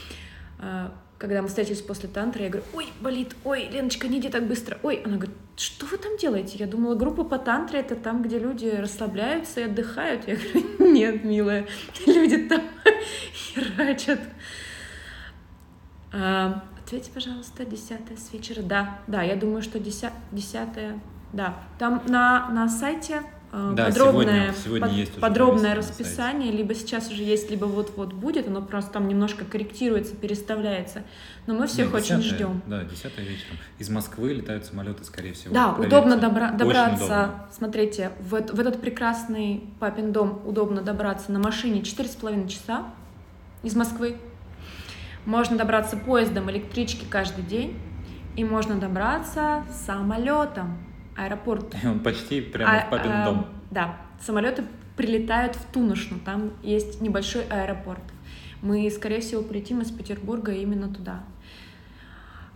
когда мы встретились после тантры, я говорю: ой, болит, ой, Леночка, не иди так быстро, ой. Она говорит: что вы там делаете? Я думала, группа по тантре — это там, где люди расслабляются и отдыхают. Я говорю: нет, милая, люди там херачат. А, ответьте, пожалуйста, десятое с вечера. Да, да, я думаю, что десятое, да. Там на, на сайте да, подробное, сегодня, сегодня под, есть подробное расписание, либо сейчас уже есть, либо вот-вот будет, оно просто там немножко корректируется, переставляется. Но мы всех Нет, очень ждем. Да, десятое вечером. Из Москвы летают самолеты, скорее всего. Да, Проверьте. удобно добра- добраться. Удобно. Смотрите, в, в этот прекрасный Папин дом удобно добраться на машине четыре с половиной часа из Москвы. Можно добраться поездом, электрички каждый день. И можно добраться самолетом. Аэропорт. И он почти прямо а, в Папин а, дом. Да, самолеты прилетают в Тунышну, там есть небольшой аэропорт. Мы, скорее всего, полетим из Петербурга именно туда.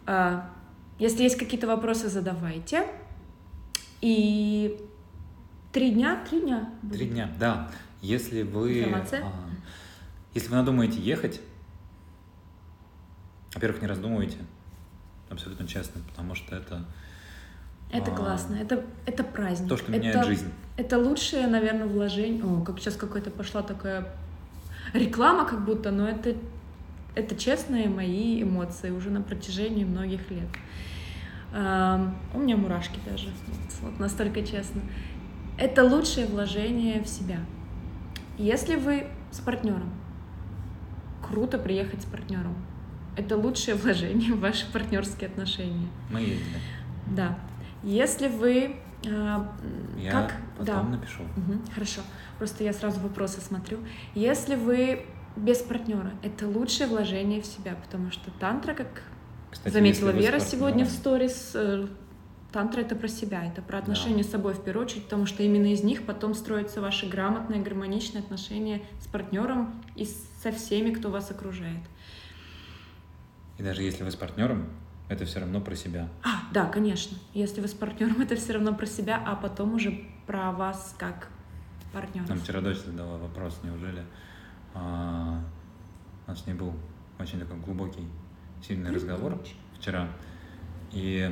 Если есть какие-то вопросы, задавайте. И Три дня? Три дня. Будет. Три дня, да. Если вы, Информация? а, если вы надумаете ехать, во-первых, не раздумывайте, абсолютно честно, потому что это... Это а, классно, это, это праздник. То, что меняет это, жизнь. Это лучшее, наверное, вложение. О, как сейчас какая-то пошла такая реклама как будто, но это, это честные мои эмоции уже на протяжении многих лет. А, у меня мурашки даже, вот, вот настолько честно. Это лучшее вложение в себя. Если вы с партнером, круто приехать с партнером. Это лучшее вложение в ваши партнерские отношения. Мы ездили. Да. Если вы... Э, я как... потом да. напишу. Угу, хорошо. Просто я сразу вопросы смотрю. Если вы без партнера, это лучшее вложение в себя, потому что тантра, как Кстати, заметила если вы с Вера сегодня в партнером- сторис, э, тантра — это про себя, это про отношения Да. с собой в первую очередь, потому что именно из них потом строятся ваши грамотные, гармоничные отношения с партнером и со всеми, кто вас окружает. И даже если вы с партнером, это все равно про себя. А, да, конечно. Если вы с партнером, это все равно про себя, а потом уже про вас как партнеров. Нам вчера дочь задала вопрос, неужели а, у нас с ней был очень такой глубокий, сильный разговор вчера. И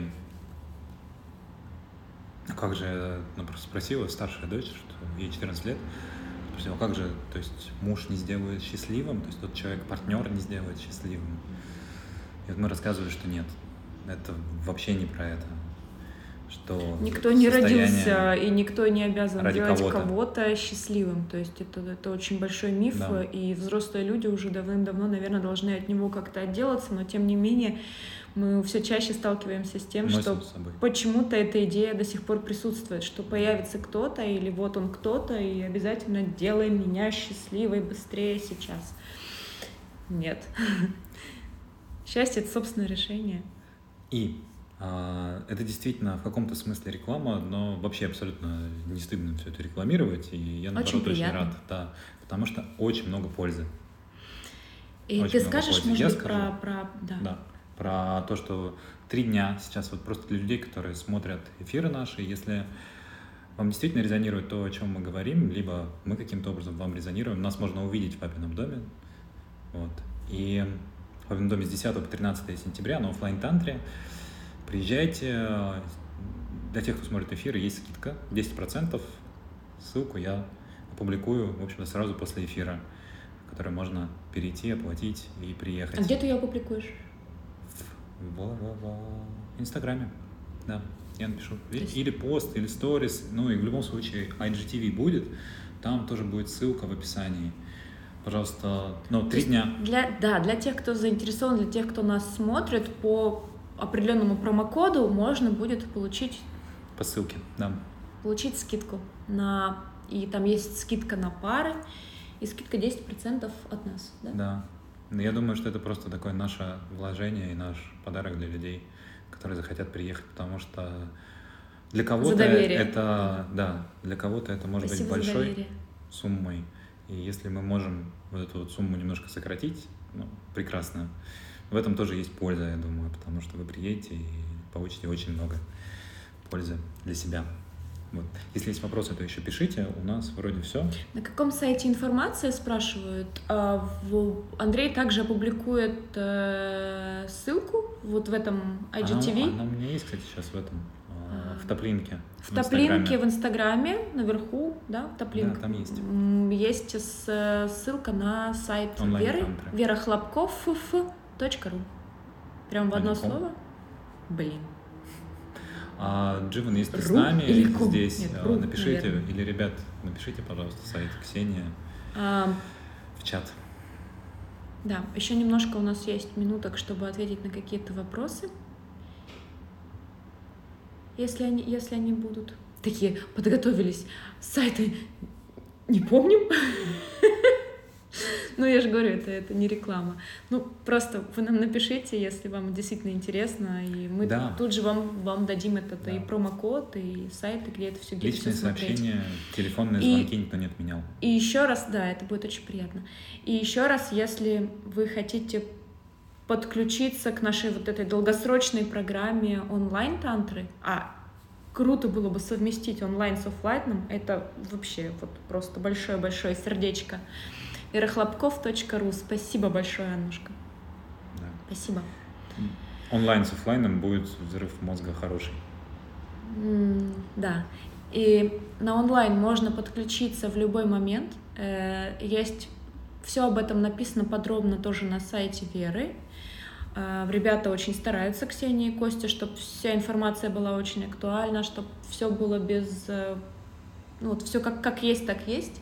ну, как же, ну, просто спросила старшая дочь, что ей четырнадцать лет, спросила, как же, то есть муж не сделает счастливым, то есть тот человек, партнер не сделает счастливым. И вот мы рассказывали, что нет, это вообще не про это. Что Никто не состояние- родился, и никто не обязан ради делать кого-то. кого-то счастливым. То есть это, это очень большой миф, Да. и взрослые люди уже давным-давно, наверное, должны от него как-то отделаться, но тем не менее мы все чаще сталкиваемся с тем, Носим что с собой. почему-то эта идея до сих пор присутствует, что появится кто-то, или вот он кто-то, и обязательно делай меня счастливой быстрее сейчас. Нет. Счастье — это собственное решение. И а, это действительно в каком-то смысле реклама, но вообще абсолютно не стыдно все это рекламировать, и я, наоборот, Очень очень, приятно. рад, да, потому что очень много пользы. И Очень ты много скажешь, пользы. может Я быть, скажу. про... про... Да. Да, про то, что три дня сейчас вот просто для людей, которые смотрят эфиры наши, если вам действительно резонирует то, о чем мы говорим, либо мы каким-то образом вам резонируем, нас можно увидеть в Папином доме. Вот. И в Папином доме с десятого по тринадцатое сентября на оффлайн-тантре. Приезжайте. Для тех, кто смотрит эфиры, есть скидка десять процентов. Ссылку я опубликую, в общем-то, сразу после эфира, в который можно перейти, оплатить и приехать. А где ты ее опубликуешь? В, в, в, в Инстаграме, да, я напишу. есть- Или пост, или сторис, ну и в любом случае ай джи ти ви будет, там тоже будет ссылка в описании. Пожалуйста, ну, То три есть дня. Для, да, для тех, кто заинтересован, для тех, кто нас смотрит, по определенному промокоду можно будет получить, По ссылке, да. получить скидку. На, и там есть скидка на пары, и скидка десять процентов от нас. Да? Да. Но я думаю, что это просто такое наше вложение и наш подарок для людей, которые захотят приехать, потому что для кого-то доверие. это, да, для кого-то это может Спасибо быть за большой доверие. суммой. И если мы можем вот эту вот сумму немножко сократить, ну, прекрасно. В этом тоже есть польза, я думаю, потому что вы приедете и получите очень много пользы для себя. Вот. Если есть вопросы, то еще пишите. У нас вроде все. На каком сайте информация, спрашивают? А, в- Андрей также опубликует э, ссылку вот в этом ай джи ти ви. Она, она у меня есть, кстати, сейчас в этом, э, в топлинке. В топлинке в Инстаграме, наверху, да, в топлинке. Да, там есть. М, Есть с- ссылка на сайт Онлайн Веры, тантра. верахлопков точка ру. Прям в одно А не ком? слово? Блин. А Дживан, если с Ру нами или ком? здесь, Нет, э, ру, напишите, наверное. или, ребят, напишите, пожалуйста, сайт Ксения А, в чат. да, еще немножко у нас есть минуток, чтобы ответить на какие-то вопросы. Если они, если они будут. Такие подготовились. Сайты не помним. Ну, я же говорю, это, это не реклама. Ну, просто вы нам напишите, если вам действительно интересно, и мы Да. тут же вам, вам дадим этот Да. и промокод, и сайты, где это все, где это Личные всё смотреть. сообщения, телефонные И- звонки никто не отменял. И еще раз, да, это будет очень приятно. И еще раз, если вы хотите подключиться к нашей вот этой долгосрочной программе онлайн-тантры, а круто было бы совместить онлайн с оффлайном. Это вообще вот просто большое-большое сердечко. верахлопков точка ру. Спасибо большое, Аннушка. Да. Спасибо. Онлайн с оффлайном будет взрыв мозга хороший. Mm, да. И на онлайн можно подключиться в любой момент. Есть все об этом написано подробно тоже на сайте Веры. Ребята очень стараются, Ксения и Костя, чтобы вся информация была очень актуальна, чтобы все было без... Ну, вот все как, как есть, так есть.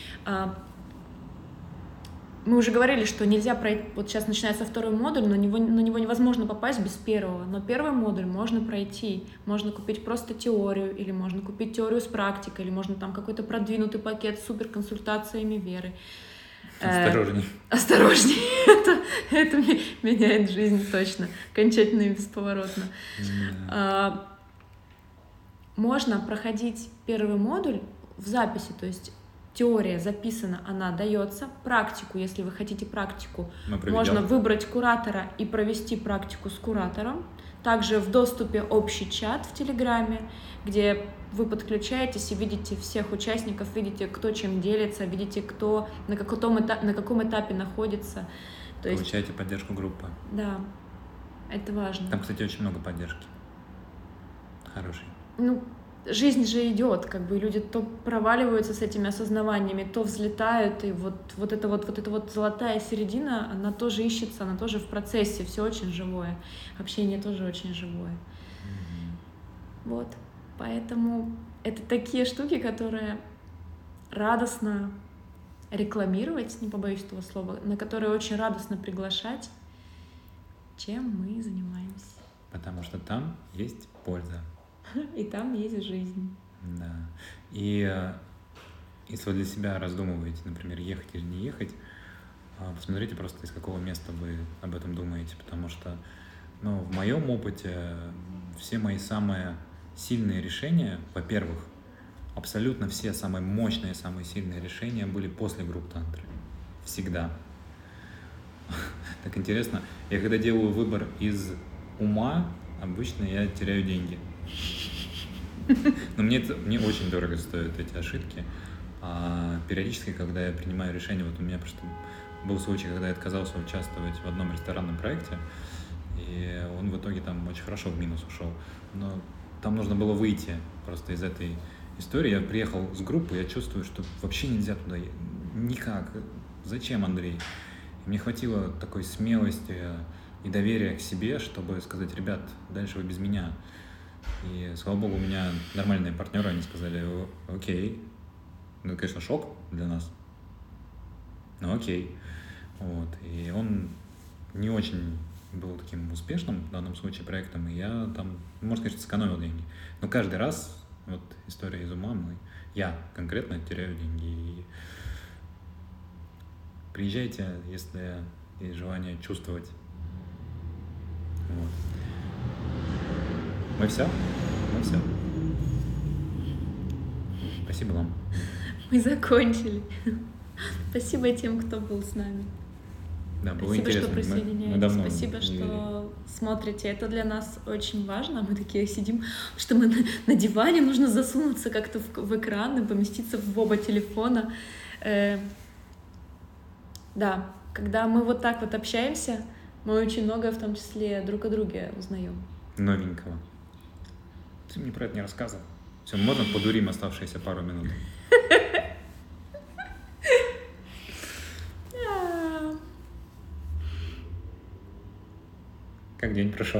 Мы уже говорили, что нельзя пройти... Вот сейчас начинается второй модуль, но на него, на него невозможно попасть без первого. Но первый модуль можно пройти. Можно купить просто теорию, или можно купить теорию с практикой, или можно там какой-то продвинутый пакет с суперконсультациями Веры. Осторожней. Э, осторожней. это, это меняет жизнь точно. Окончательно и бесповоротно. Yeah. А, можно проходить первый модуль в записи, то есть теория записана, она дается. Практику, если вы хотите практику, можно выбрать куратора и провести практику с куратором. Также в доступе общий чат в Телеграме, где вы подключаетесь и видите всех участников, видите, кто чем делится, видите, кто на каком этапе, на каком этапе находится. То Получаете есть... поддержку группы. Да, это важно. Там, кстати, очень много поддержки. Хорошей. Ну, жизнь же идет, как бы люди то проваливаются с этими осознаваниями, то взлетают, и вот, вот, это вот, вот эта вот золотая середина, она тоже ищется, она тоже в процессе, все очень живое. Общение тоже очень живое. Mm-hmm. Вот. Поэтому это такие штуки, которые радостно рекламировать, не побоюсь этого слова, на которые очень радостно приглашать, чем мы занимаемся. Потому что там есть польза. И там есть жизнь. Да. И если вы для себя раздумываете, например, ехать или не ехать, посмотрите просто, из какого места вы об этом думаете. Потому что, ну, в моем опыте все мои самые сильные решения, во-первых, абсолютно все самые мощные, самые сильные решения были после групп тантры. Всегда. Так интересно, я когда делаю выбор из ума, обычно я теряю деньги. Но мне, это, мне очень дорого стоят эти ошибки. А периодически, когда я принимаю решение, вот у меня просто был случай, когда я отказался участвовать в одном ресторанном проекте, и он в итоге там очень хорошо в минус ушел. Но там нужно было выйти просто из этой истории. Я приехал с группы, я чувствую, что вообще нельзя туда, никак. Зачем, Андрей? И мне хватило такой смелости и доверия к себе, чтобы сказать: ребят, дальше вы без меня. И, слава богу, у меня нормальные партнеры, они сказали: окей. Ну, это, конечно, шок для нас, но окей. Вот. И он не очень был таким успешным в данном случае проектом, и я там, можно сказать, сэкономил деньги. Но каждый раз, вот история из ума, мы, я конкретно теряю деньги. И приезжайте, если есть желание чувствовать. Вот. Мы все? Мы все. Спасибо вам. Мы закончили. Спасибо тем, кто был с нами. Да, было Спасибо, интересно. что присоединяетесь. Мы, мы Спасибо, что смотрите. Это для нас очень важно. Мы такие сидим, что мы на, на диване, нужно засунуться как-то в, в экран и поместиться в оба телефона. Э, да, когда мы вот так вот общаемся, мы очень многое, в том числе, друг о друге узнаем. Новенького. Ты мне про это не рассказывал. Все, можно подурим оставшиеся пару минут? Как день прошел?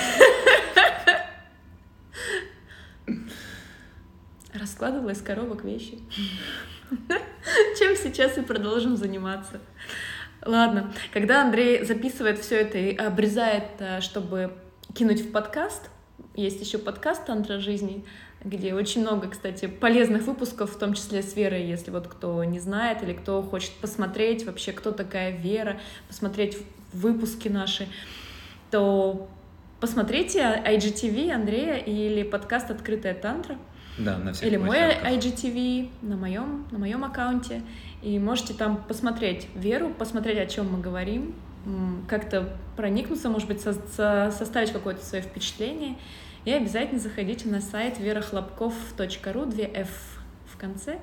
Раскладывала из коробок вещи. Чем сейчас и продолжим заниматься. Ладно, когда Андрей записывает все это и обрезает, чтобы кинуть в подкаст, есть еще подкаст «Тантра жизни», где очень много, кстати, полезных выпусков, в том числе с Верой, если вот кто не знает или кто хочет посмотреть вообще, кто такая Вера, посмотреть выпуски наши, то посмотрите ай джи ти ви Андрея или подкаст «Открытая тантра». Да, на всех или мой площадках. ай джи ти ви на моем, на моем аккаунте. И можете там посмотреть Веру, посмотреть, о чем мы говорим, как-то проникнуться, может быть, со- со- составить какое-то свое впечатление. И обязательно заходите на сайт вера хлопков точка ру, две эф в конце.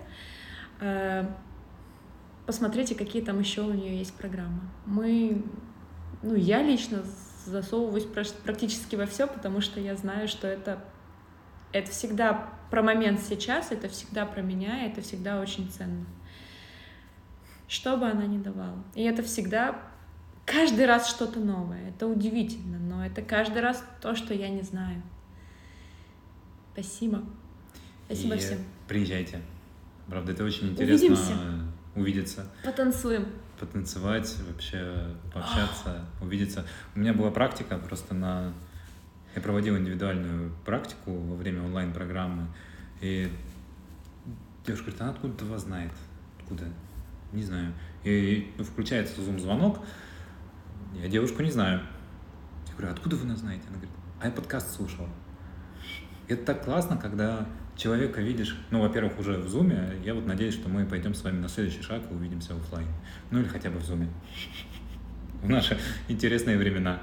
Посмотрите, какие там еще у нее есть программы. Мы, ну, я лично засовываюсь практически во все, потому что я знаю, что это, это всегда про момент сейчас, это всегда про меня, это всегда очень ценно. Что бы она ни давала. И это всегда, каждый раз что-то новое. Это удивительно, но это каждый раз то, что я не знаю. Спасибо. Спасибо и всем. Приезжайте. Правда, это очень интересно. Увидимся. Увидеться. Потанцуем. Потанцевать, вообще пообщаться, увидеться. У меня была практика просто на... Я проводил индивидуальную практику во время онлайн-программы, и девушка говорит, она откуда-то вас знает. Откуда? Не знаю. И включается Zoom-звонок, я девушку не знаю. Я говорю, откуда вы нас знаете? Она говорит, а я подкаст слушала. И это так классно, когда человека видишь, ну, во-первых, уже в Зуме, я вот надеюсь, что мы пойдем с вами на следующий шаг и увидимся в офлайн. Ну, или хотя бы в Зуме. В наши интересные времена.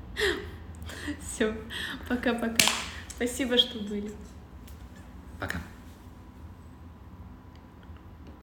Все, пока-пока. Спасибо, что были. Пока.